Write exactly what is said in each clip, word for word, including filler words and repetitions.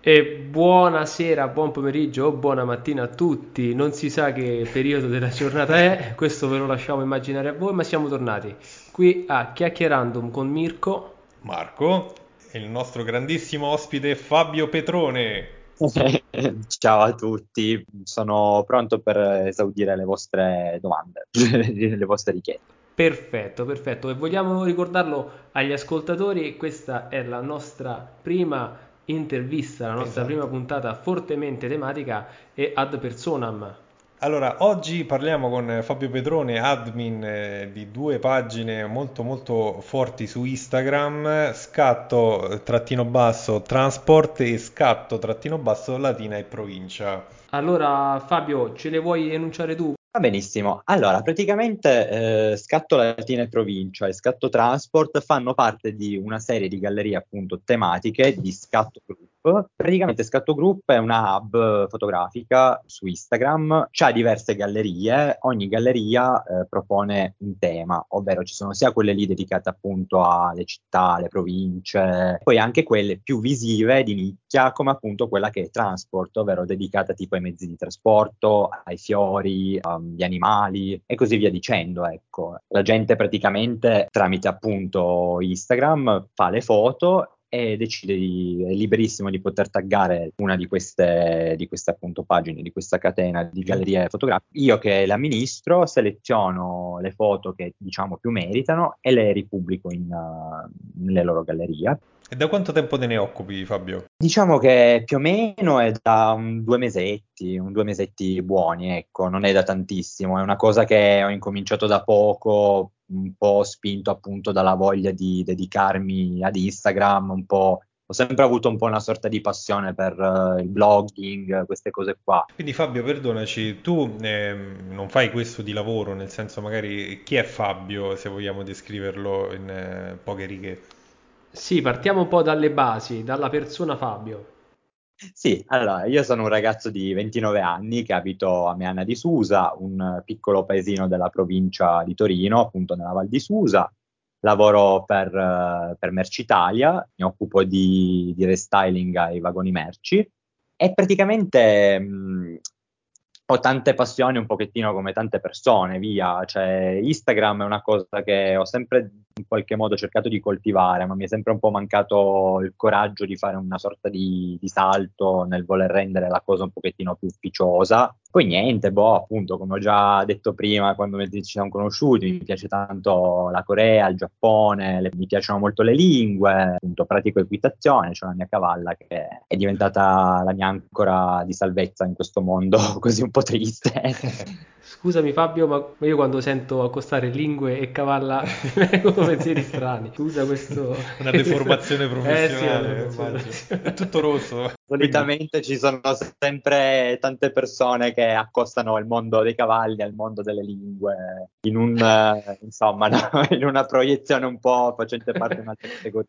E buonasera, buon pomeriggio o buona mattina a tutti. Non si sa che periodo della giornata è, questo ve lo lasciamo immaginare a voi, ma siamo tornati qui a Chiacchierandum con Mirko. Marco e il nostro grandissimo ospite Fabio Petrone. Ciao a tutti, sono pronto per esaudire le vostre domande, le vostre richieste. Perfetto, perfetto. E vogliamo ricordarlo agli ascoltatori, questa è la nostra prima intervista, la nostra prima Esatto. puntata fortemente tematica e ad personam. Allora, oggi parliamo con Fabio Petrone, admin eh, di due pagine molto molto forti su Instagram, scatto eh, trattino basso transport e scatto trattino basso Latina e provincia. Allora, Fabio, ce le vuoi enunciare tu? Va benissimo, allora praticamente eh, Scatto Latina e Provincia e Scatto Transport fanno parte di una serie di gallerie appunto tematiche di Scatto Group. Praticamente Scatto Group è una hub fotografica su Instagram, c'ha diverse gallerie, ogni galleria eh, propone un tema, ovvero ci sono sia quelle lì dedicate appunto alle città, alle province, poi anche quelle più visive di nicchia come appunto quella che è Transport, ovvero dedicata tipo ai mezzi di trasporto, ai fiori, gli animali e così via dicendo, ecco. La gente praticamente tramite appunto Instagram fa le foto e decide di, è liberissimo di poter taggare una di queste, di queste appunto pagine, di questa catena di Sì. gallerie fotografiche. Io che l'amministro seleziono le foto che diciamo più meritano e le ripubblico in, uh, nelle loro gallerie. E da quanto tempo te ne occupi, Fabio? Diciamo che più o meno è da un due mesetti, un due mesetti buoni, ecco, non è da tantissimo, è una cosa che ho incominciato da poco, un po' spinto appunto dalla voglia di dedicarmi ad Instagram, un po', ho sempre avuto un po' una sorta di passione per eh, il blogging, queste cose qua. Quindi Fabio, perdonaci, tu ehm, non fai questo di lavoro, nel senso magari chi è Fabio, se vogliamo descriverlo in eh, poche righe? Sì, partiamo un po' dalle basi, dalla persona Fabio. Sì, allora, io sono un ragazzo di ventinove anni che abito a Meana di Susa, un piccolo paesino della provincia di Torino, appunto nella Val di Susa. Lavoro per, eh, per Mercitalia, mi occupo di, di restyling ai vagoni merci e praticamente mh, ho tante passioni un pochettino come tante persone, via. Cioè, Instagram è una cosa che ho sempre in qualche modo cercato di coltivare, ma mi è sempre un po' mancato il coraggio di fare una sorta di, di salto nel voler rendere la cosa un pochettino più ufficiosa. Poi niente, boh, appunto, come ho già detto prima, quando ci siamo conosciuti, mi piace tanto la Corea, il Giappone, le- mi piacciono molto le lingue, appunto, pratico equitazione, c'è una mia cavalla che è diventata la mia ancora di salvezza in questo mondo così un po' triste. Scusami Fabio, ma io quando sento accostare lingue e cavalla mi vengono pensieri strani. Scusa questo... Una deformazione Eh sì, una professionale, deformazione. immagino. È tutto rosso. Quindi, Solitamente ci sono sempre tante persone che accostano il mondo dei cavalli al mondo delle lingue, in un, eh, insomma, no? In una proiezione un po' facente parte di un'altra categoria.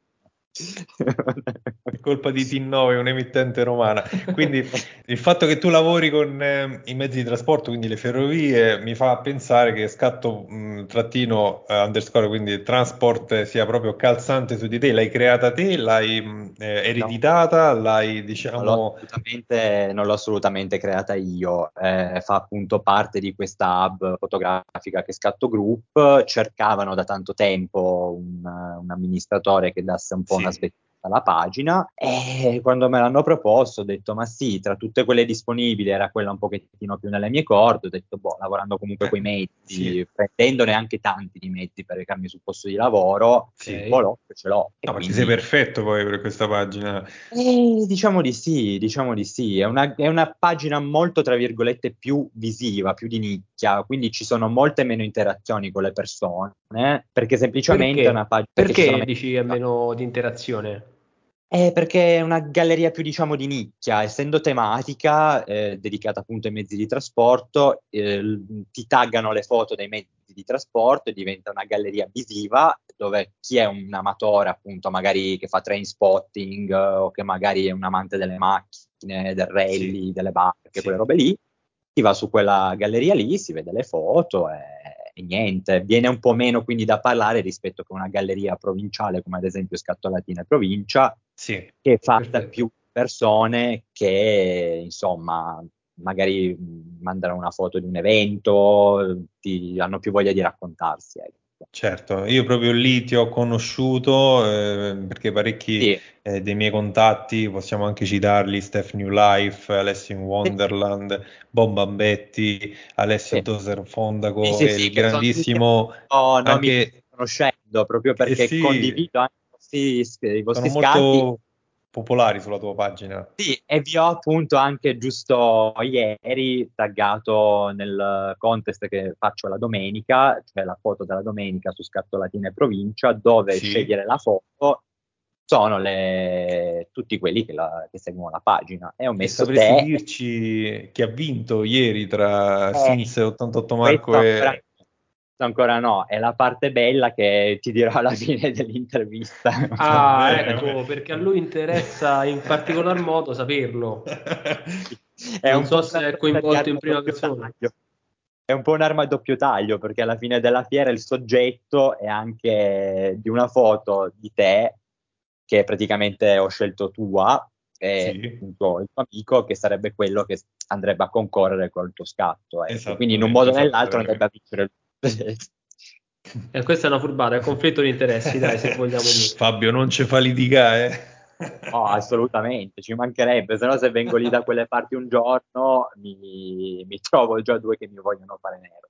è colpa di T nove, un'emittente romana. Quindi il fatto che tu lavori con eh, i mezzi di trasporto, quindi le ferrovie, mi fa pensare che scatto mh, trattino eh, underscore, quindi transport sia proprio calzante su di te. L'hai creata te, l'hai mh, eh, No, ereditata, l'hai non l'ho diciamo... assolutamente, non l'ho assolutamente creata io, eh, fa appunto parte di questa hub fotografica che Scatto Group. Cercavano da tanto tempo un, un amministratore che dasse un po' una Sì. sveglia alla pagina e quando me l'hanno proposto ho detto ma sì, tra tutte quelle disponibili era quella un pochettino più nelle mie corde, ho detto boh, lavorando comunque Eh, coi sì, mezzi, prendendone anche tanti di mezzi per recarmi sul posto di lavoro, sì. Ok. volò, ce l'ho e No, ma ci sei quindi perfetto poi per questa pagina. eh, diciamo di sì, diciamo di sì. È una, è una pagina molto, tra virgolette, più visiva, più di nicchia, quindi ci sono molte meno interazioni con le persone, perché semplicemente è una Perché? pagina che ci sono Perché meno... dici a meno di interazione? Eh, perché è una galleria più, diciamo, di nicchia, essendo tematica, eh, dedicata appunto ai mezzi di trasporto, eh, l- ti taggano le foto dei mezzi di trasporto e diventa una galleria visiva dove chi è un amatore, appunto, magari che fa train spotting, eh, o che magari è un amante delle macchine, del Sì, rally, delle barche, quelle sì. robe lì, si va su quella galleria lì, si vede le foto e, e niente, viene un po' meno quindi da parlare rispetto a una galleria provinciale come ad esempio Scatto Latina e Provincia, Sì, che è fatta più Perfetto. persone che, insomma, magari mandano una foto di un evento, ti, hanno più voglia di raccontarsi, ecco. Certo, io proprio lì ti ho conosciuto eh, perché parecchi Sì, eh, dei miei contatti, possiamo anche citarli, Steph New Life, Alessio in sì, Wonderland, Bob Bambetti, Alessio sì. Toser Sì, Fondaco sì, e sì, il che sono tutti grandissimo oh, nomi che sto anche, conoscendo, proprio eh perché sì, condivido anche i vostri, i sono vostri scatti. molto popolari sulla tua pagina. Sì, e vi ho appunto anche giusto ieri taggato nel contest che faccio la domenica, cioè la foto della domenica su Scattolatina e Provincia, dove Sì, scegliere la foto sono le- tutti quelli che, la- che seguono la pagina. E ho e messo sapresti te. dirci chi ha vinto ieri tra Eh, Sins ottantotto Marco questo ancora, e... questo ancora no, è la parte bella che ti dirò alla fine dell'intervista. Ah, Bene, ecco, bene. perché a lui interessa in particolar modo saperlo. È Non un so po' se una è presa di coinvolto in arma a prima doppio persona. taglio. È un po' un'arma a doppio taglio, perché alla fine della fiera il soggetto è anche di una foto di te, che praticamente ho scelto tua, e Sì, un tuo, il tuo amico, che sarebbe quello che andrebbe a concorrere col tuo scatto. Ecco. Quindi in un modo esattamente, o nell'altro andrebbe esattamente. a vincere lui. E questa è una furbata, è un conflitto di interessi, dai, se vogliamo dire. Fabio, non ci fa litigare. No, assolutamente, ci mancherebbe, se no se vengo lì da quelle parti un giorno mi, mi trovo già due che mi vogliono fare nero.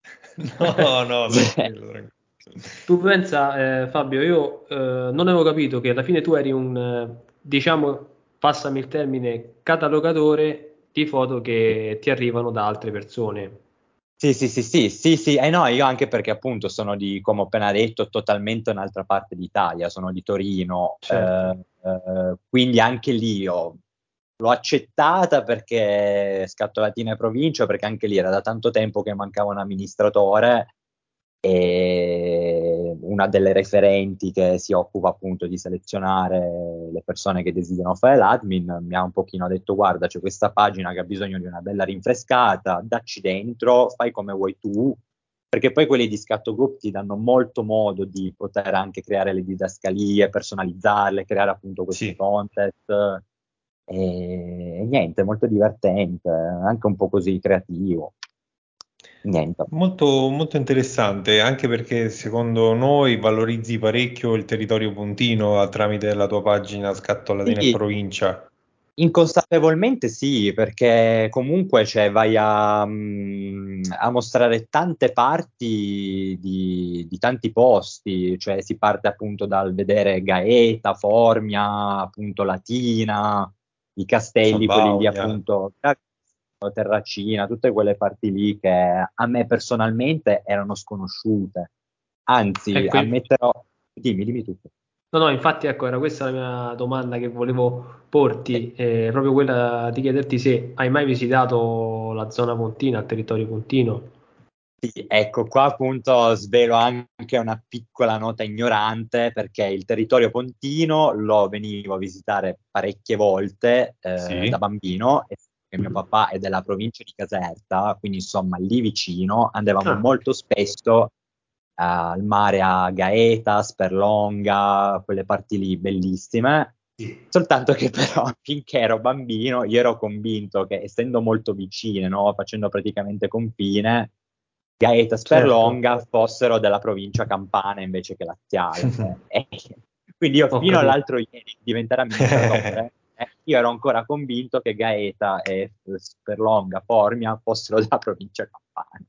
No, no, tranquillo, tranquillo. Tu pensa, eh, Fabio, io eh, non avevo capito che alla fine tu eri un, eh, diciamo, passami il termine, catalogatore di foto che ti arrivano da altre persone. Sì, sì, sì, sì, sì, sì, eh no, io anche perché appunto sono di, come ho appena detto, totalmente un'altra parte d'Italia, sono di Torino, Certo. eh, eh, quindi anche lì ho- l'ho accettata perché Scattolatina e Provincia, perché anche lì era da tanto tempo che mancava un amministratore e una delle referenti che si occupa appunto di selezionare le persone che desiderano fare l'admin mi ha un pochino detto: guarda, c'è questa pagina che ha bisogno di una bella rinfrescata, dacci dentro, fai come vuoi tu, perché poi quelli di Scatto Group ti danno molto modo di poter anche creare le didascalie, personalizzarle, creare appunto questi Sì, contest e, e niente, molto divertente, anche un po' così creativo. Niente. molto, molto interessante, anche perché secondo noi valorizzi parecchio il territorio pontino a- tramite la tua pagina Scattolatina e Sì, Provincia. inconsapevolmente sì, perché comunque cioè, vai a, mm, a mostrare tante parti di, di tanti posti, cioè si parte appunto dal vedere Gaeta, Formia, appunto Latina, i San castelli, quelli lì Vaunia. appunto, Terracina, tutte quelle parti lì che a me personalmente erano sconosciute. Anzi, Ecco, il- ammetterò, dimmi, dimmi tutto. no, no, infatti ecco, era questa la mia domanda che volevo porti, eh, proprio quella di chiederti se hai mai visitato la zona pontina, il territorio pontino. Sì, ecco, qua appunto svelo anche una piccola nota ignorante perché il territorio pontino lo venivo a visitare parecchie volte eh, da Sì, bambino e che mio papà è della provincia di Caserta, quindi insomma lì vicino andavamo Ah, molto spesso eh, al mare a Gaeta, Sperlonga, quelle parti lì bellissime. Soltanto che però finché ero bambino io ero convinto che essendo molto vicine, no, facendo praticamente confine, Gaeta e certo, Sperlonga fossero della provincia campana invece che laziale. E quindi io ho fino capito. all'altro ieri di diventare amministratore, eh, io ero ancora convinto che Gaeta e Sperlonga, Formia fossero della provincia campana.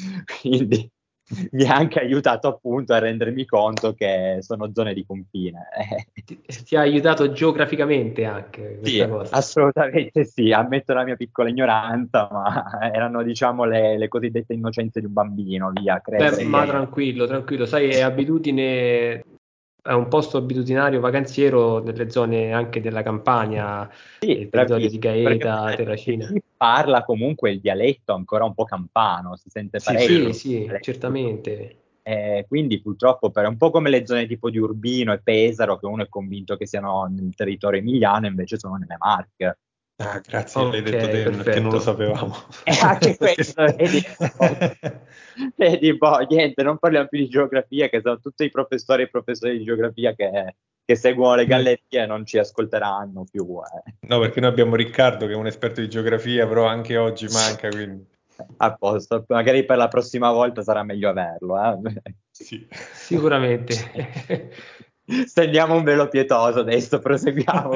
Quindi mi ha anche aiutato appunto a rendermi conto che sono zone di confine. Eh, Ti, ti ha aiutato geograficamente anche sì, questa cosa. assolutamente sì, ammetto la mia piccola ignoranza, ma erano diciamo le, le cosiddette innocenze di un bambino, via, Beh, credere ma che... tranquillo, tranquillo, sai, è abitudine, è un posto abitudinario vacanziero nelle zone anche della Campania, Sì, il territorio di bravissimo, perché poi Gaeta, anche Terracina. chi parla comunque il dialetto ancora un po' campano, si sente sì, Sì, parecchio. vero. sì, certamente. Eh, quindi purtroppo per un po' come le zone tipo di Urbino e Pesaro, che uno è convinto che siano nel territorio emiliano, invece sono nelle Marche. Ah, grazie, Ok, l'hai detto te, perché non lo perfetto. sapevamo. E anche questo, vedi, vedi, boh, niente, non parliamo più di geografia, che sono tutti i professori e professori di geografia che, che seguono le gallerie e non ci ascolteranno più. Eh. No, perché noi abbiamo Riccardo che è un esperto di geografia, però anche oggi manca, quindi A posto, magari per la prossima volta sarà meglio averlo. Eh. sì. Sicuramente. Stendiamo un velo pietoso adesso, proseguiamo.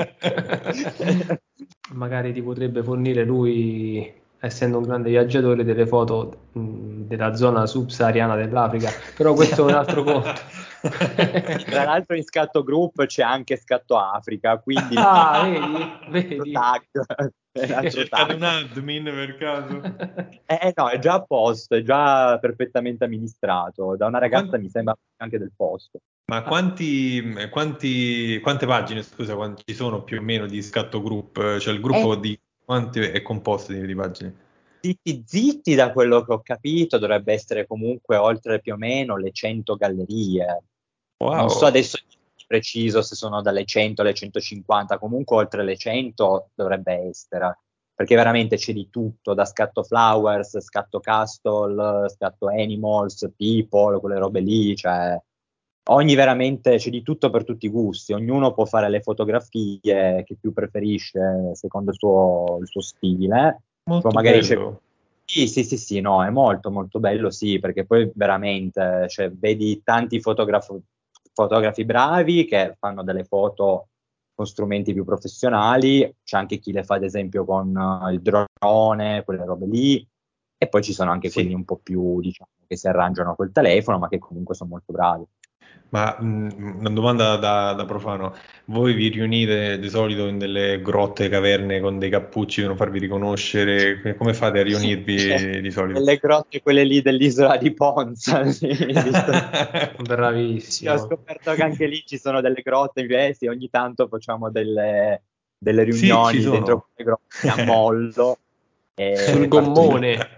Magari ti potrebbe fornire lui, essendo un grande viaggiatore, delle foto mh, della zona subsahariana dell'Africa, però questo è un altro conto. Tra l'altro in Scatto Group c'è anche Scatto Africa, quindi Ah, vedi? Vedi? tag, è un altro Cercate tag. un admin per caso? Eh no, è già a posto, è già perfettamente amministrato da una Ma, ragazza, quan- mi sembra anche del posto. ma quanti, quanti- quante pagine, scusa, quanti ci sono più o meno di Scatto Group? Cioè il Eh, gruppo di quanti è composto di, di pagine? zitti zitti, da quello che ho capito, dovrebbe essere comunque oltre più o meno le cento gallerie. Non so Wow, adesso di preciso se sono dalle cento alle centocinquanta, comunque oltre le cento dovrebbe essere, perché veramente c'è di tutto, da scatto Flowers, scatto Castle, scatto Animals, People, quelle robe lì, cioè ogni veramente c'è di tutto per tutti i gusti, ognuno può fare le fotografie che più preferisce secondo il suo, il suo stile. Tipo, molto magari c'è bello. sì, sì, sì, sì, no, è molto molto bello, sì, perché poi veramente, cioè, vedi tanti fotografo- fotografi bravi che fanno delle foto con strumenti più professionali, c'è anche chi le fa ad esempio con eh, il drone, quelle robe lì, e poi ci sono anche quelli Sì. un po' più, diciamo, che si arrangiano col telefono, ma che comunque sono molto bravi. Ma mh, una domanda da, da profano, voi vi riunite di solito in delle grotte, caverne con dei cappucci per non farvi riconoscere? Come fate a riunirvi di solito? Nelle grotte, quelle lì dell'isola di Ponza, sì, visto- sì, ho Bravissimo. scoperto che anche lì ci sono delle grotte, eh, sì, ogni tanto facciamo delle, delle Sì, ci riunioni dentro sono. quelle grotte a mollo Sul e partono. gommone.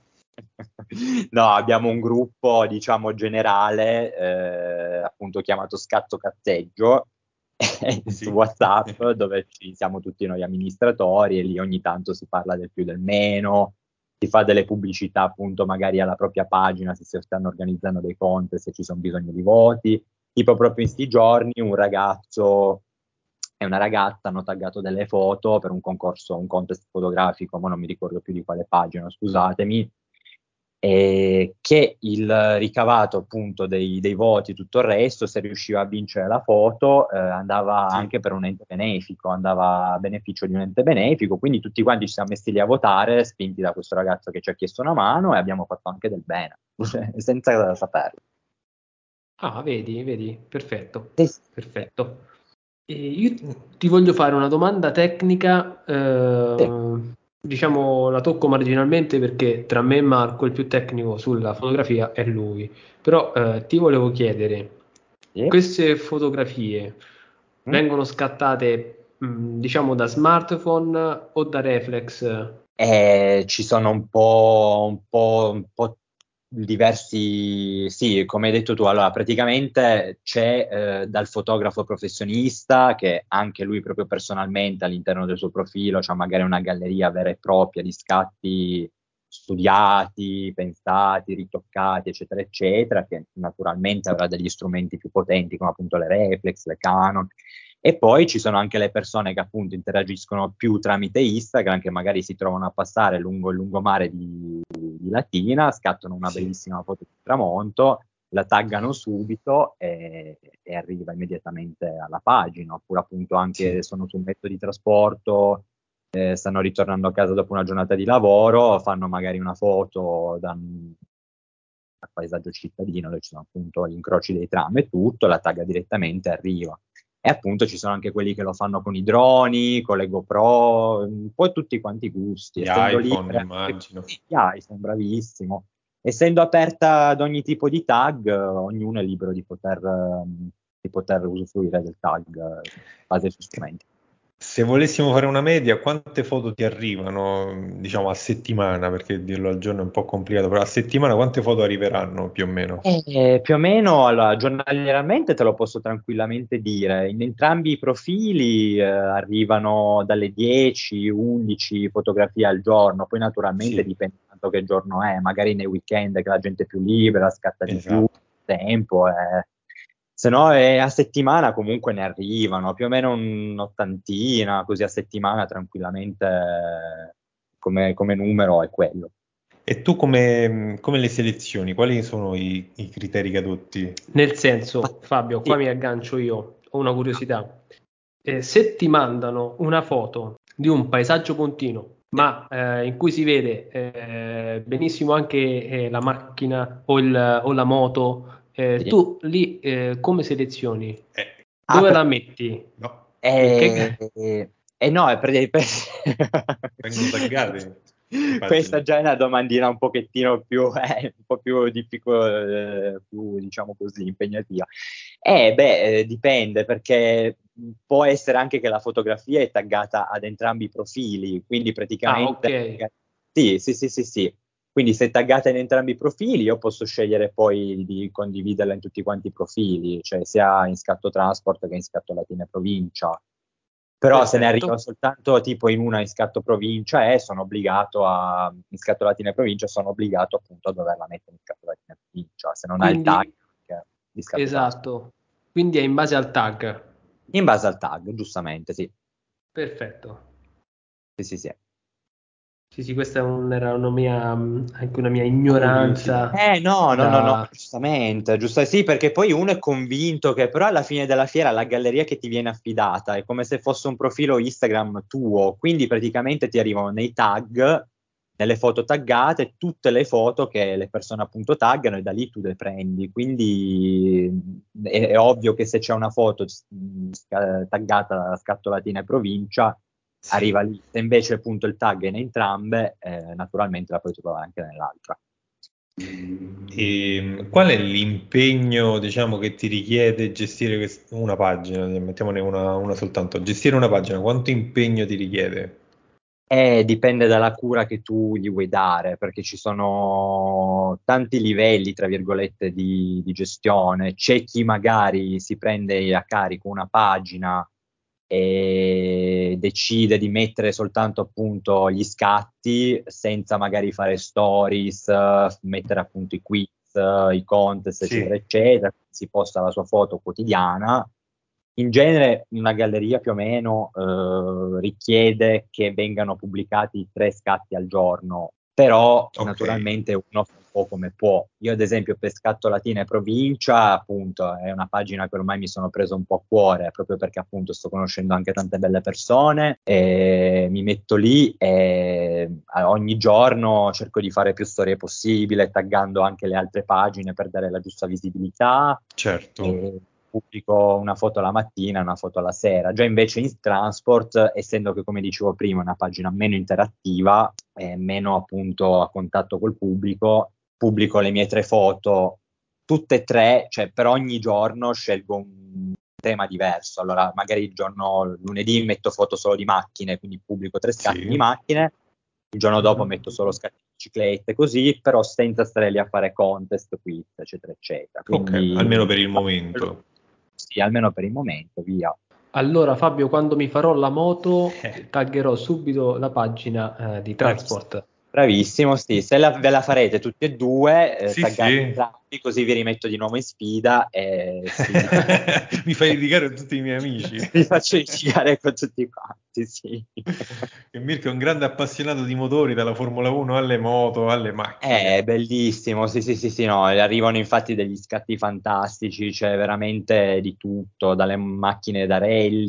No, abbiamo un gruppo, diciamo, generale, eh, appunto chiamato Scatto Cazzeggio, su Sì. WhatsApp, dove ci siamo tutti noi amministratori e lì ogni tanto si parla del più del meno, si fa delle pubblicità appunto magari alla propria pagina se si stanno organizzando dei contest, se ci sono bisogno di voti. Tipo proprio in sti giorni un ragazzo e una ragazza hanno taggato delle foto per un concorso, un contest fotografico, ma non mi ricordo più di quale pagina, scusatemi, e che il ricavato appunto dei, dei voti, tutto il resto, se riusciva a vincere la foto, eh, andava Sì. anche per un ente benefico, andava a beneficio di un ente benefico, quindi tutti quanti ci siamo messi lì a votare, spinti da questo ragazzo che ci ha chiesto una mano e abbiamo fatto anche del bene, senza saperlo. Ah, vedi, vedi, perfetto, Sì, sì, perfetto. E io ti voglio fare una domanda tecnica, sì, eh, diciamo la tocco marginalmente perché tra me e Marco il più tecnico sulla fotografia è lui, però eh, ti volevo chiedere, sì. queste fotografie Mm? vengono scattate, mh, diciamo da smartphone o da reflex? Eh, ci sono un po', un po', un po' diversi, sì, come hai detto tu, allora praticamente c'è eh, dal fotografo professionista che anche lui proprio personalmente all'interno del suo profilo c'ha magari una galleria vera e propria di scatti studiati, pensati, ritoccati, eccetera, eccetera, che naturalmente avrà degli strumenti più potenti come appunto le reflex, le Canon. E poi ci sono anche le persone che appunto interagiscono più tramite Instagram, che magari si trovano a passare lungo il lungomare di, di Latina, scattano una Sì. bellissima foto di tramonto, la taggano subito e, e arriva immediatamente alla pagina, oppure appunto anche Sì. sono su un mezzo di trasporto, eh, stanno ritornando a casa dopo una giornata di lavoro, fanno magari una foto da un dal paesaggio cittadino, dove ci sono appunto gli incroci dei tram e tutto, la tagga direttamente, arriva. E appunto ci sono anche quelli che lo fanno con i droni, con le GoPro, un po' tutti quanti i gusti. Gli Essendo iPhone, libera, immagino. sì, iPhone, bravissimo. Essendo aperta ad ogni tipo di tag, eh, ognuno è libero di poter, ehm, di poter usufruire del tag eh, in base ai suoi strumenti. Se volessimo fare una media, quante foto ti arrivano, diciamo, a settimana? Perché dirlo al giorno è un po' complicato, però a settimana quante foto arriveranno più o meno? Eh, più o meno, allora, giornaliерamente te lo posso tranquillamente dire. In entrambi i profili eh, arrivano dalle dieci undici fotografie al giorno, poi naturalmente Sì, dipende tanto che giorno è, magari nei weekend che la gente è più libera, scatta di più esatto. tempo, eh. Se no eh, a settimana comunque ne arrivano, più o meno un'ottantina, così a settimana tranquillamente eh, come, come numero è quello. E tu come, come le selezioni? Quali sono i, i criteri che adotti? Nel senso, Fabio, qua Sì. mi aggancio io, ho una curiosità. Eh, se ti mandano una foto di un paesaggio continuo, ma eh, in cui si vede eh, benissimo anche eh, la macchina o, il- o la moto, eh, Sì. tu lì eh, come selezioni? Eh, Ah, Dove per- la metti? no, Che, eh, che- eh, eh no, è per, per- vengono taggate le Questa pagine. già è una domandina un pochettino più, eh, un po' più difficile, più diciamo così, impegnativa. Eh, beh, eh, dipende perché può essere anche che la fotografia è taggata ad entrambi i profili, quindi Ah, ok. praticamente sì, sì, sì, sì, sì. Quindi se è taggata in entrambi i profili, io posso scegliere poi di condividerla in tutti quanti i profili, cioè sia in scatto transport che in scatto Latina e provincia. Però se ne arriva Perfetto. soltanto tipo in una in scatto provincia e sono obbligato a, in scatto Latina e provincia, sono obbligato appunto a doverla mettere in scatto Latina e provincia, se non ha il tag Quindi, che- di scatto transport. esatto. Quindi è in base al tag. In base al tag, giustamente, sì. Perfetto. Sì, sì, sì. Sì, sì, questa è un- era una mia, mh, anche una mia Curiosità. ignoranza Eh no, no, no, no, da... giustamente, giusto, sì, perché poi uno è convinto che però alla fine della fiera la galleria che ti viene affidata è come se fosse un profilo Instagram tuo, quindi praticamente ti arrivano nei tag, nelle foto taggate, tutte le foto che le persone appunto taggano e da lì tu le prendi, quindi è, è ovvio che se c'è una foto mh, sca- taggata scattolatina e provincia, Sì. arriva lì, se invece appunto il tag è in entrambe, eh, naturalmente la puoi trovare anche nell'altra. E qual è l'impegno, diciamo, che ti richiede gestire quest- una pagina? Mettiamone una, una soltanto. Gestire una pagina, quanto impegno ti richiede? Eh, dipende dalla cura che tu gli vuoi dare, perché ci sono tanti livelli, tra virgolette, di, di gestione. C'è chi magari si prende a carico una pagina e decide di mettere soltanto appunto gli scatti senza magari fare stories, eh, mettere appunto i quiz, eh, i contest, eccetera, Sì, eccetera. Si posta la sua foto quotidiana. In genere una galleria più o meno eh, richiede che vengano pubblicati tre scatti al giorno, però ok. naturalmente uno fa un po' come può. Io ad esempio per Scatto Latina e Provincia, appunto, è una pagina che ormai mi sono preso un po' a cuore, proprio perché appunto sto conoscendo anche tante belle persone e mi metto lì e ogni giorno cerco di fare più storie possibile, taggando anche le altre pagine per dare la giusta visibilità Certo. e pubblico una foto la mattina e una foto la sera. Già invece in transport, essendo che come dicevo prima è una pagina meno interattiva e meno appunto a contatto col pubblico, pubblico le mie tre foto, tutte e tre, cioè per ogni giorno scelgo un tema diverso. Allora magari il giorno lunedì metto foto solo di macchine, quindi pubblico tre scatti di Sì. macchine, il giorno dopo metto solo scatti di biciclette, così, però senza stare lì a fare contest, quiz, eccetera, eccetera. Ok, almeno Quindi per il momento. sì, almeno per il momento, via. Allora, Fabio, quando mi farò la moto, Eh, taggerò subito la pagina eh, di Bravissimo, Transport. bravissimo, sì. Se la- ve la farete tutti e due, eh, sì, taggate sì. entrambi, così vi rimetto di nuovo in sfida e si, Mi fai litigare con tutti i miei amici. vi faccio litigare con tutti quanti, sì. E Mirko è un grande appassionato di motori, dalla Formula uno alle moto, alle È macchine. bellissimo, sì, sì, sì, sì, no, arrivano infatti degli scatti fantastici, c'è veramente di tutto, dalle macchine da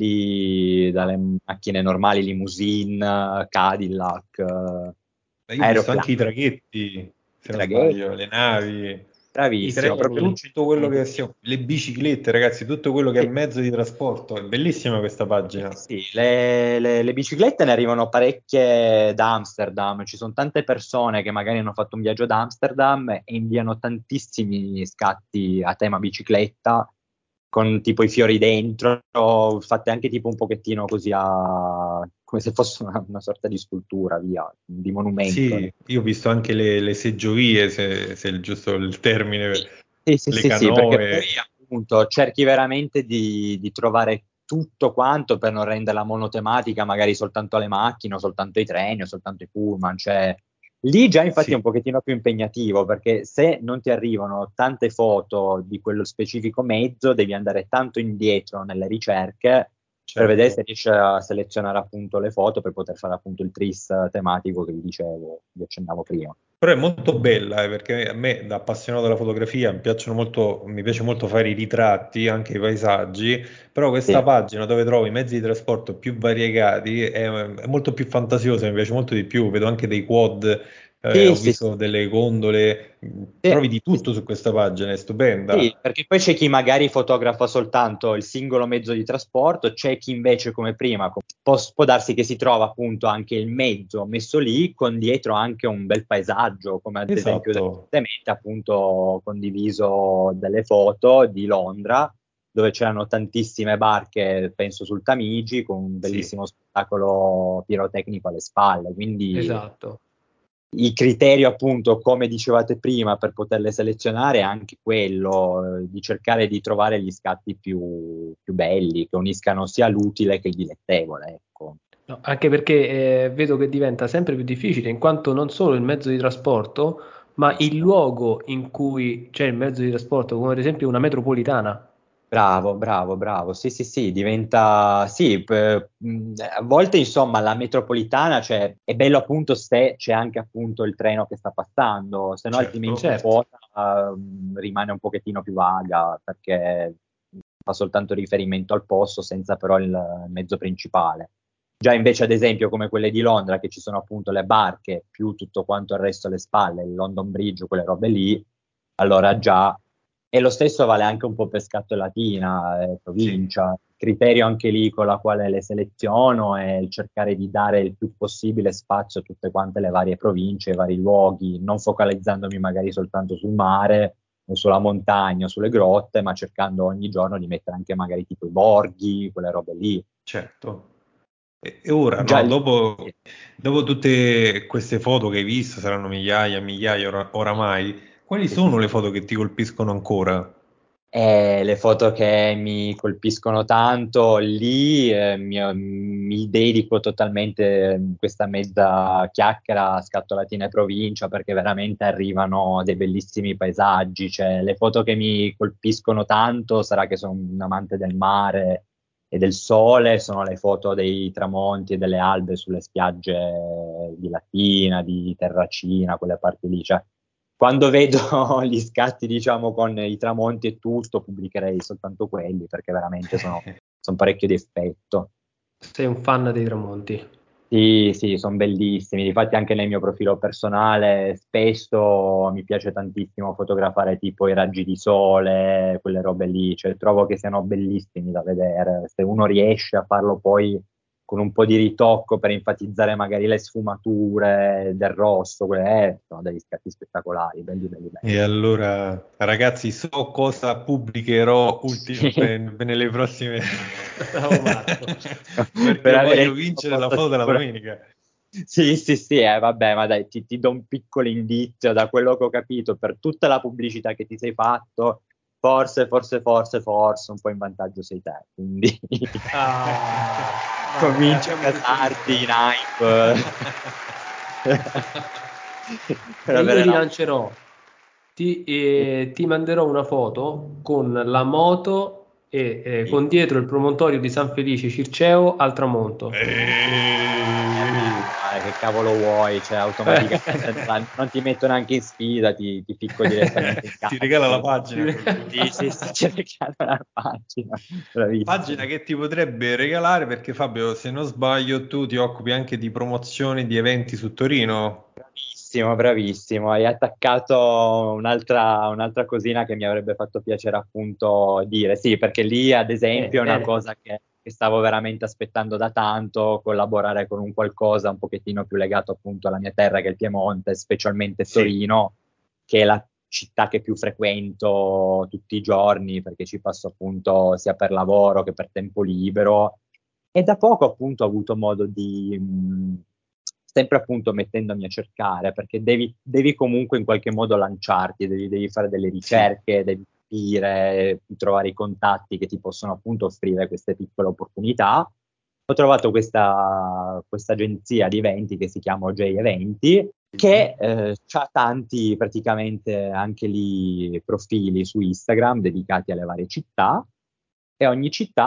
rally, dalle macchine normali, limousine, Cadillac, eh, Ma io ho visto aeroplani, anche i traghetti, se non traghetti, sbaglio, le navi, I bravissimo, proprio treni. tutto quello tutto. che sia, le biciclette, ragazzi, tutto quello che è Sì, mezzo di trasporto. È bellissima questa sì, pagina. sì, sì, le, le- le biciclette ne arrivano parecchie da Amsterdam, ci sono tante persone che magari hanno fatto un viaggio ad Amsterdam e inviano tantissimi scatti a tema bicicletta con tipo i fiori dentro, fatte anche tipo un pochettino così a, come se fosse una, una sorta di scultura, via, di monumento. Sì, io ho visto anche le, le seggiovie, se, se è il giusto il termine, Sì, sì, le sì, sì, perché poi canoe. appunto cerchi veramente di, di trovare tutto quanto per non renderla monotematica, magari soltanto le macchine, o soltanto i treni, o soltanto i pullman, cioè lì già infatti è un Sì, pochettino più impegnativo, perché se non ti arrivano tante foto di quello specifico mezzo, devi andare tanto indietro nelle ricerche per vedere certo. se riesci a selezionare appunto le foto per poter fare appunto il tris tematico che vi dicevo, vi accennavo prima. Però è molto bella, eh, perché a me, da appassionato della fotografia, mi piacciono molto, mi piace molto fare i ritratti, anche i paesaggi, però questa Sì. pagina dove trovo i mezzi di trasporto più variegati è, è molto più fantasiosa, mi piace molto di più, vedo anche dei quad, eh, Sì, ho sì, sì. visto delle gondole, Sì, trovi di sì, tutto sì. su questa pagina, è Sì, stupenda. perché poi c'è chi magari fotografa soltanto il singolo mezzo di trasporto, c'è chi invece, come prima, co- può, può darsi che si trova appunto anche il mezzo messo lì con dietro anche un bel paesaggio, come ad esempio Esatto, recentemente appunto ho condiviso delle foto di Londra dove c'erano tantissime barche, penso sul Tamigi, con un sì. bellissimo spettacolo pirotecnico alle spalle, quindi Esatto. il criterio, appunto, come dicevate prima, per poterle selezionare è anche quello, eh, di cercare di trovare gli scatti più, più belli, che uniscano sia l'utile che il dilettevole, ecco. No, anche perché eh, vedo che diventa sempre più difficile, in quanto non solo il mezzo di trasporto, ma il luogo in cui c'è il mezzo di trasporto, come ad esempio una metropolitana. Bravo, bravo, bravo. Sì, sì, sì, diventa... Sì, p- mh, a volte, insomma, la metropolitana, cioè, è bello appunto se c'è anche appunto il treno che sta passando, se no altrimenti Certo. la Certo. quota mh, rimane un pochettino più vaga, perché fa soltanto riferimento al posto senza però il mezzo principale. Già invece, ad esempio, come quelle di Londra, che ci sono appunto le barche più tutto quanto il resto alle spalle, il London Bridge, quelle robe lì, allora già... E lo stesso vale anche un po' per Scatto e Latina, eh, Sì. provincia. Il criterio anche lì con la quale le seleziono è il cercare di dare il più possibile spazio a tutte quante le varie province, i vari luoghi, non focalizzandomi magari soltanto sul mare o sulla montagna o sulle grotte, ma cercando ogni giorno di mettere anche magari tipo i borghi, quelle robe lì. Certo. E, e ora, Già no, lì. dopo, dopo tutte queste foto che hai visto, saranno migliaia, migliaia ora- oramai, quali Sì, sì, sono sì. le foto che ti colpiscono ancora? Eh, le foto che mi colpiscono tanto, lì eh, mi, mi dedico totalmente a questa mezza chiacchiera a Scattolatina e provincia perché veramente arrivano dei bellissimi paesaggi. Cioè, le foto che mi colpiscono tanto sarà che sono un amante del mare e del sole, sono le foto dei tramonti e delle albe sulle spiagge di Latina, di Terracina, quelle parti lì. Cioè, quando vedo gli scatti, diciamo, con i tramonti e tutto, pubblicherei soltanto quelli perché veramente sono, sono parecchio di effetto. Sei un fan dei tramonti. Sì, sì, sono bellissimi. Difatti anche nel mio profilo personale spesso mi piace tantissimo fotografare tipo i raggi di sole, quelle robe lì, cioè trovo che siano bellissimi da vedere. Se uno riesce a farlo poi con un po' di ritocco per enfatizzare magari le sfumature del rosso, quelle eh, sono degli scatti spettacolari, belli, belli, E belli. allora, ragazzi, so cosa pubblicherò ultim- Sì. per- per nelle prossime... Bravo Marco. perché Per avere voglio il vincere la posto foto della sicuro. domenica. Sì, sì, sì, eh, vabbè, ma dai, ti, ti do un piccolo indizio da quello che ho capito, per tutta la pubblicità che ti sei fatto, forse, forse, forse, forse un po' in vantaggio sei te, quindi Ah, vabbè, cominci a abbiamo tutto casarti visto. in hype per E io avere la... rilancerò. Ti, eh, ti manderò una foto con la moto e eh, Sì. con dietro il promontorio di San Felice Circeo al tramonto. Eeeh. Eh, ma che cavolo vuoi? Cioè, automaticamente non, non ti metto neanche in sfida, ti, ti ficco direttamente in Ti regala la calcio. pagina a quel Sì, punto. sì, sì, c'è la pagina, Pagina bravissimo. che ti potrebbe regalare perché Fabio, se non sbaglio, tu ti occupi anche di promozioni di eventi su Torino. Bravissimo, bravissimo. Hai attaccato un'altra, un'altra cosina che mi avrebbe fatto piacere appunto dire. Sì, perché lì, ad Bene, esempio, è una bene. cosa che, che stavo veramente aspettando da tanto, collaborare con un qualcosa un pochettino più legato appunto alla mia terra, che è il Piemonte, specialmente Sì, Torino, che è la città che più frequento tutti i giorni, perché ci passo appunto sia per lavoro che per tempo libero, e da poco appunto ho avuto modo di, mh, sempre appunto mettendomi a cercare, perché devi, devi comunque in qualche modo lanciarti, devi, devi fare delle ricerche, sì. Devi capire, trovare i contatti che ti possono appunto offrire queste piccole opportunità. Ho trovato questa, questa agenzia di eventi che si chiama O J Eventi, che eh, ha tanti praticamente anche lì profili su Instagram dedicati alle varie città, e ogni città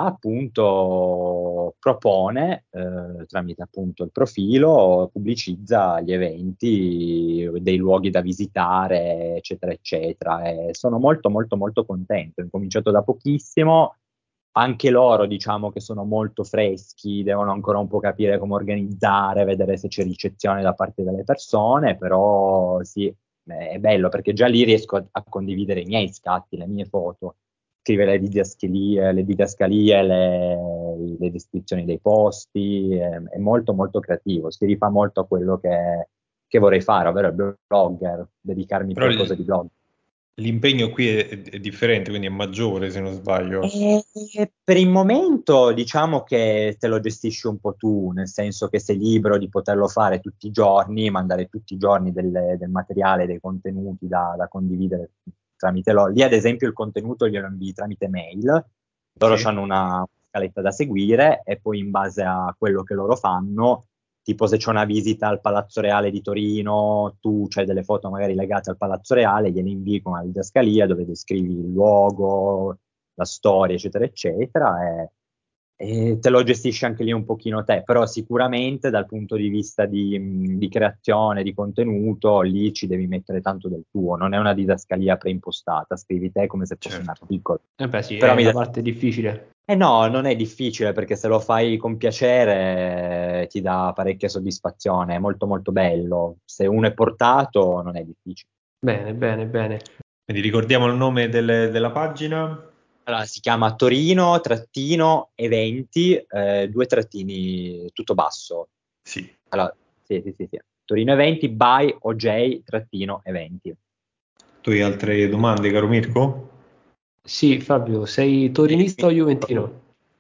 appunto propone eh, tramite appunto il profilo, pubblicizza gli eventi, dei luoghi da visitare, eccetera, eccetera. E sono molto molto molto contento. Ho incominciato da pochissimo. Anche loro, diciamo che sono molto freschi, devono ancora un po' capire come organizzare, vedere se c'è ricezione da parte delle persone, però sì, è bello perché già lì riesco a, a condividere i miei scatti, le mie foto, scrivere le didascalie, le, didascalie, le, le descrizioni dei posti, è, è molto molto creativo, si rifà molto a quello che, che vorrei fare, ovvero il blogger, dedicarmi Però più a cose di blog. L'impegno qui è, è differente, quindi è maggiore se non sbaglio. E per il momento diciamo che te lo gestisci un po' tu, nel senso che sei libero di poterlo fare tutti i giorni, mandare tutti i giorni del, del materiale, dei contenuti da, da condividere tramite loro. Lì ad esempio il contenuto glielo invii tramite mail, loro Sì. hanno una scaletta da seguire e poi in base a quello che loro fanno, tipo se c'è una visita al Palazzo Reale di Torino, tu c'hai delle foto magari legate al Palazzo Reale, gliele invii con una didascalia dove descrivi il luogo, la storia, eccetera, eccetera, e, e te lo gestisci anche lì un pochino te, però sicuramente dal punto di vista di, di creazione, di contenuto, lì ci devi mettere tanto del tuo, non è una didascalia preimpostata, scrivi te come se fosse Certo. un articolo. Eh beh sì, Però è mi la dà... parte difficile. Eh no, non è difficile perché se lo fai con piacere eh, ti dà parecchia soddisfazione, è molto molto bello. Se uno è portato non è difficile. Bene, bene, bene. Quindi ricordiamo il nome delle- della pagina? Allora, si chiama Torino, trattino, eventi, eh, due trattini, tutto basso. Sì. Allora, sì, sì, sì, sì. Torino Eventi, by O J, trattino, eventi. Tu hai altre domande, caro Mirko? Sì, Fabio, sei torinista o juventino?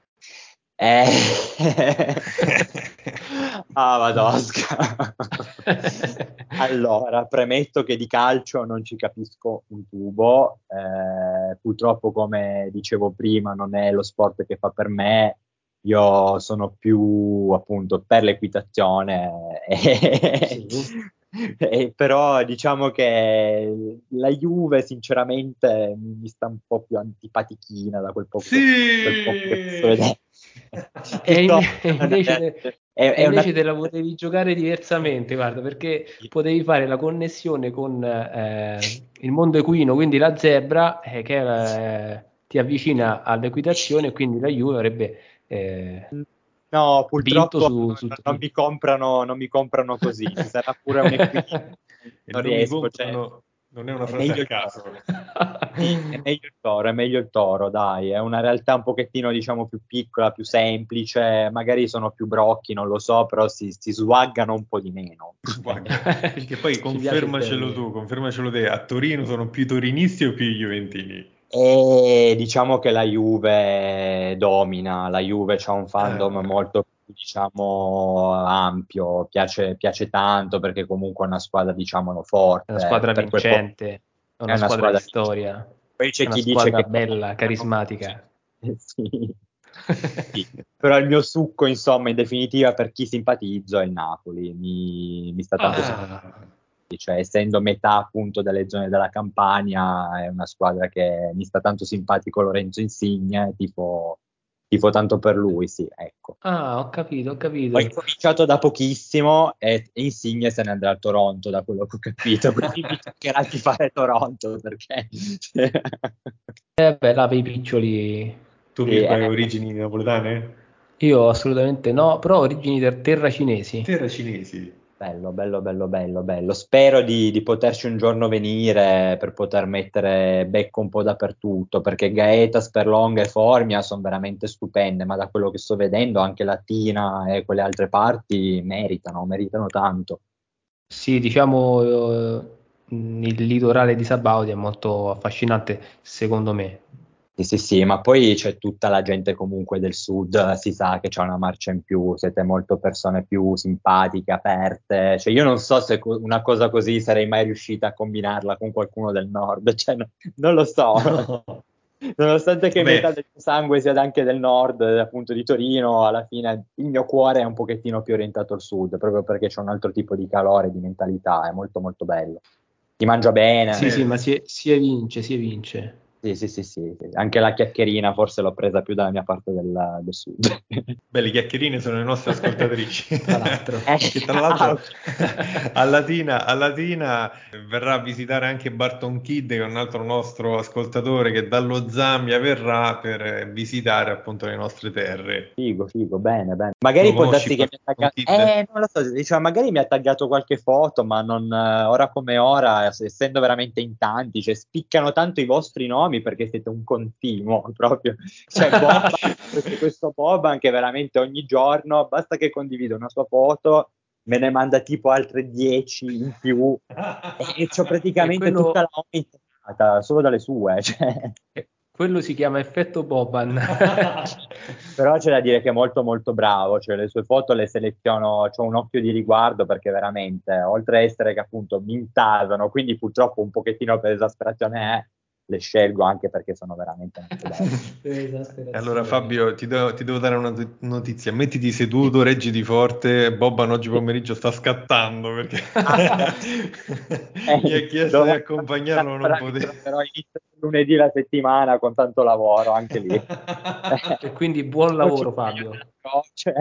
Eh... ah, Madosca. Allora, premetto che di calcio non ci capisco un tubo. Eh, purtroppo, come dicevo prima, non è lo sport che fa per me. Io sono più appunto per l'equitazione, e, Sì. e però diciamo che la Juve sinceramente mi sta un po' più antipatichina da quel poco che, quel poco che posso Sì! vedere. E, Il in- e Tottenham invece, è, te, è, e è una... invece te la potevi giocare diversamente, guarda, perché potevi fare la connessione con eh, il mondo equino, quindi la zebra, eh, che eh, ti avvicina all'equitazione, e quindi la Juve avrebbe eh, No, vinto purtroppo su, non, su non tutti. mi comprano, non mi comprano così. Ci sarà pure un equilibrio, E non non mi riesco. Cioè, comprano, non è una è frase meglio a il caso. toro. Sì, è meglio il toro, è meglio il toro, dai. È una realtà un pochettino, diciamo, più piccola, più semplice. Magari sono più brocchi, non lo so, però si, si swaggano un po' di meno. Guarda, che poi Ci piace il confermacelo termine. tu, confermacelo te. A Torino sono più torinisti o più juventini? E diciamo che la Juve domina, la Juve c'ha un fandom Ah, molto più, diciamo, ampio, piace, piace tanto perché comunque è una squadra, diciamolo, È una forte, squadra per quel po' vincente, è è una una squadra di squadra storia, poi è c'è una chi dice squadra che bella, carismatica. sì. Sì. Però il mio succo, insomma, in definitiva, per chi simpatizzo è il Napoli, mi, mi sta tanto simpatico, ah. cioè essendo metà appunto delle zone della Campania, è una squadra che mi sta tanto simpatico Lorenzo Insigne, tifo, tifo tanto per lui, sì, ecco. Ah, ho capito, ho Ho capito. incominciato da pochissimo e Insigne se ne andrà a Toronto, da quello che ho capito, quindi mi toccherà fare Toronto perché... Eh beh, là per i piccioli Tu Sì, Mirko hai eh, origini napoletane? io assolutamente no, però ho origini ter- terracinesi. Terra cinesi. bello, bello, bello, bello, bello. Spero di, di poterci un giorno venire per poter mettere becco un po' dappertutto, perché Gaeta, Sperlonga e Formia sono veramente stupende, ma da quello che sto vedendo anche Latina e quelle altre parti meritano, meritano tanto. Sì, diciamo, eh, il litorale di Sabaudia è molto affascinante secondo me. Sì, sì, sì, ma poi c'è tutta la gente comunque del sud, si sa che c'è una marcia in più, siete molto persone più simpatiche, aperte, cioè io non so se co- una cosa così sarei mai riuscita a combinarla con qualcuno del nord, cioè no- non lo so, nonostante che Vabbè, metà del mio sangue sia anche del nord, appunto di Torino, alla fine il mio cuore è un pochettino più orientato al sud, proprio perché c'è un altro tipo di calore, di mentalità, è molto molto bello. Si mangia Sì, bene. sì, eh, ma si, si evince, si evince. Sì, sì, sì, sì, sì. Anche la chiacchierina forse l'ho presa più dalla mia parte del, del sud. beh, le chiacchierine sono le nostre ascoltatrici, Tra l'altro. Eh, che tra ah, l'altro ok. a Latina, a Latina verrà a visitare anche Barton Kid, che è un altro nostro ascoltatore che dallo Zambia verrà per eh, visitare appunto le nostre terre. Figo, figo, bene, bene. Tu lo Magari può conosci darsi che mi ha Barton taggato, Kid? eh, non lo so, diciamo, magari mi ha taggato qualche foto, ma non, eh, ora come ora, es- essendo veramente in tanti, cioè spiccano tanto i vostri nomi perché siete un continuo, proprio. C'è Boban, c'è questo Boban che veramente ogni giorno, basta che condivido una sua foto, me ne manda tipo altre dieci in più, e c'ho E praticamente tutta quello, la home integrata, solo dalle sue, cioè. e quello si chiama effetto Boban. Però c'è da dire che è molto molto bravo, cioè le sue foto le seleziono, c'ho un occhio di riguardo perché veramente, oltre a essere che appunto mi intasano, quindi purtroppo un pochettino per esasperazione è, le scelgo anche perché sono veramente molto belle. E allora Esasperazione. Fabio, ti, do- ti devo dare una not- notizia, mettiti seduto, reggiti forte, Boban oggi pomeriggio sta scattando perché Ah, mi eh, ha chiesto di dopo- accompagnarlo, non ora mi potevo. troverò inizio lunedì la settimana con tanto lavoro anche lì. E quindi buon Dopo ci lavoro voglio Fabio. della croce.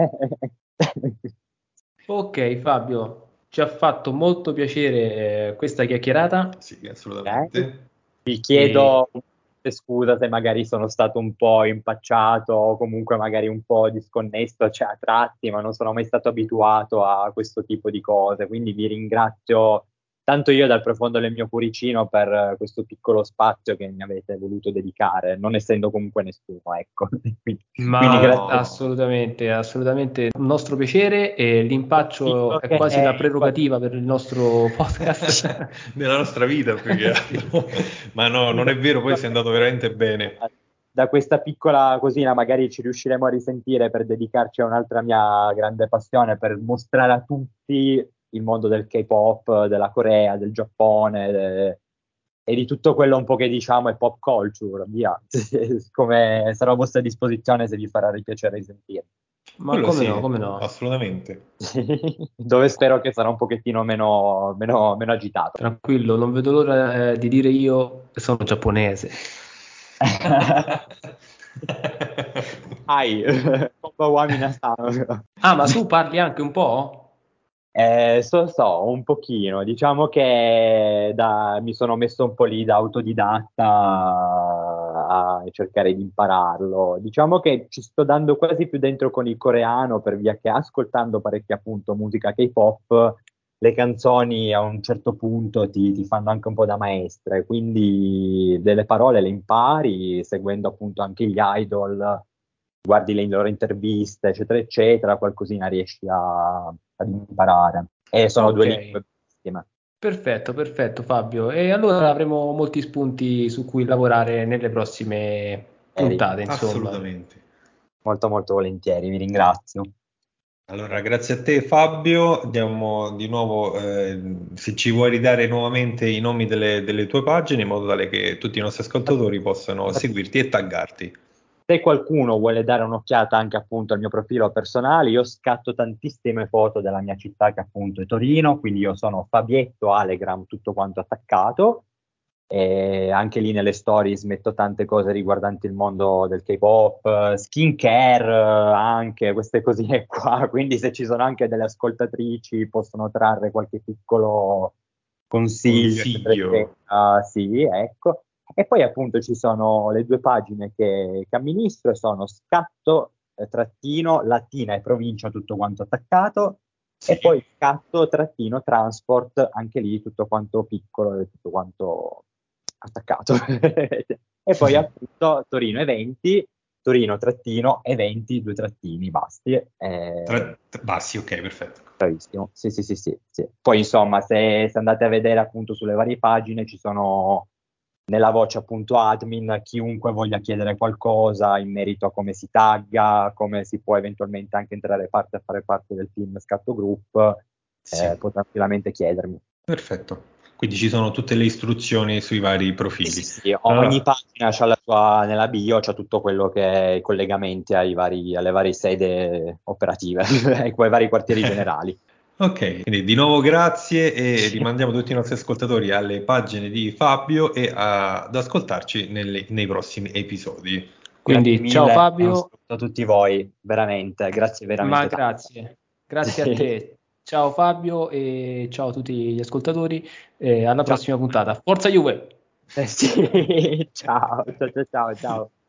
Ok Fabio, ci ha fatto molto piacere eh, questa chiacchierata Sì, Ok. assolutamente. Vi e chiedo scusa se magari sono stato un po' impacciato o comunque magari un po' disconnesso, cioè a tratti, ma non sono mai stato abituato a questo tipo di cose. Quindi vi ringrazio tanto io dal profondo del mio cuoricino per eh, questo piccolo spazio che mi avete voluto dedicare, non essendo comunque nessuno, ecco. Quindi, quindi Ma grazie. No, assolutamente, assolutamente un nostro piacere e l'impaccio Dico è che quasi da in qualche prerogativa per il nostro podcast. nella nostra vita più che Sì. altro. Ma no, non è vero, poi sei andato veramente bene. Da questa piccola cosina magari ci riusciremo a risentire per dedicarci a un'altra mia grande passione, per mostrare a tutti il mondo del K-pop, della Corea, del Giappone de- e di tutto quello un po' che diciamo è pop culture, via. Come sarò a vostra disposizione se vi farà piacere risentire. Ma Quello come no, sì, come no? assolutamente. Dove spero che sarà un pochettino meno, meno, meno agitato. Tranquillo, non vedo l'ora eh, di dire io che sono giapponese. Hai, Konbanwa minasan. Ah, ma tu parli anche un po'? Eh, so, so, un pochino. Diciamo che da- mi sono messo un po' lì da autodidatta a cercare di impararlo. Diciamo che ci sto dando quasi più dentro con il coreano per via che ascoltando parecchia appunto musica K-pop, le canzoni a un certo punto ti, ti fanno anche un po' da maestre, quindi delle parole le impari seguendo appunto anche gli idol, guardi le loro interviste, eccetera, eccetera, qualcosina riesci a- ad imparare. E sono due Ok, lingue bellissime. perfetto, perfetto Fabio. E allora avremo molti spunti su cui lavorare nelle prossime Eri. puntate, insomma. Assolutamente. Molto molto volentieri, vi ringrazio. Allora, grazie a te Fabio, diamo di nuovo, eh, se ci vuoi ridare nuovamente i nomi delle, delle tue pagine in modo tale che tutti i nostri ascoltatori possano seguirti e taggarti. Se qualcuno vuole dare un'occhiata anche appunto al mio profilo personale, io scatto tantissime foto della mia città che appunto è Torino, quindi io sono Fabietto Alegram, tutto quanto attaccato. E anche lì nelle stories metto tante cose riguardanti il mondo del K-pop, eh, skincare, eh, anche queste cosine qua. Quindi se ci sono anche delle ascoltatrici possono trarre qualche piccolo consiglio, eccetera, Consiglio. eccetera. Sì, ecco. E poi appunto ci sono le due pagine che, che amministro e sono scatto, eh, trattino, Latina e provincia, tutto quanto attaccato, e Sì. poi scatto, trattino, transport, anche lì tutto quanto piccolo e tutto quanto attaccato. E poi appunto Torino Eventi, Torino trattino, eventi, due trattini, basti. Eh, Tra- tra- Bassi, ok, perfetto. Bravissimo, sì, sì, sì, sì, sì. Poi insomma, se, se andate a vedere appunto sulle varie pagine, ci sono nella voce appunto admin, chiunque voglia chiedere qualcosa in merito a come si tagga, come si può eventualmente anche entrare parte a fare parte del team Scatto Group, Sì. eh, può tranquillamente chiedermi. Perfetto. Quindi ci sono tutte le istruzioni sui vari profili. Sì, sì, sì. Allora, Ogni pagina c'ha la sua, nella bio c'ha tutto quello che è i collegamenti ai vari, alle varie sede operative, ai quei vari quartieri generali. Ok, quindi di nuovo grazie e rimandiamo tutti i nostri ascoltatori alle pagine di Fabio e a- ad ascoltarci nelle- nei prossimi episodi. Quindi Grazie ciao mille, un Fabio, saluto a tutti voi, veramente, grazie ma veramente tanto. grazie, grazie a te. Ciao Fabio e ciao a tutti gli ascoltatori. Eh, alla Ciao. prossima puntata. Forza Juve! Eh sì, ciao, ciao, ciao, ciao, ciao.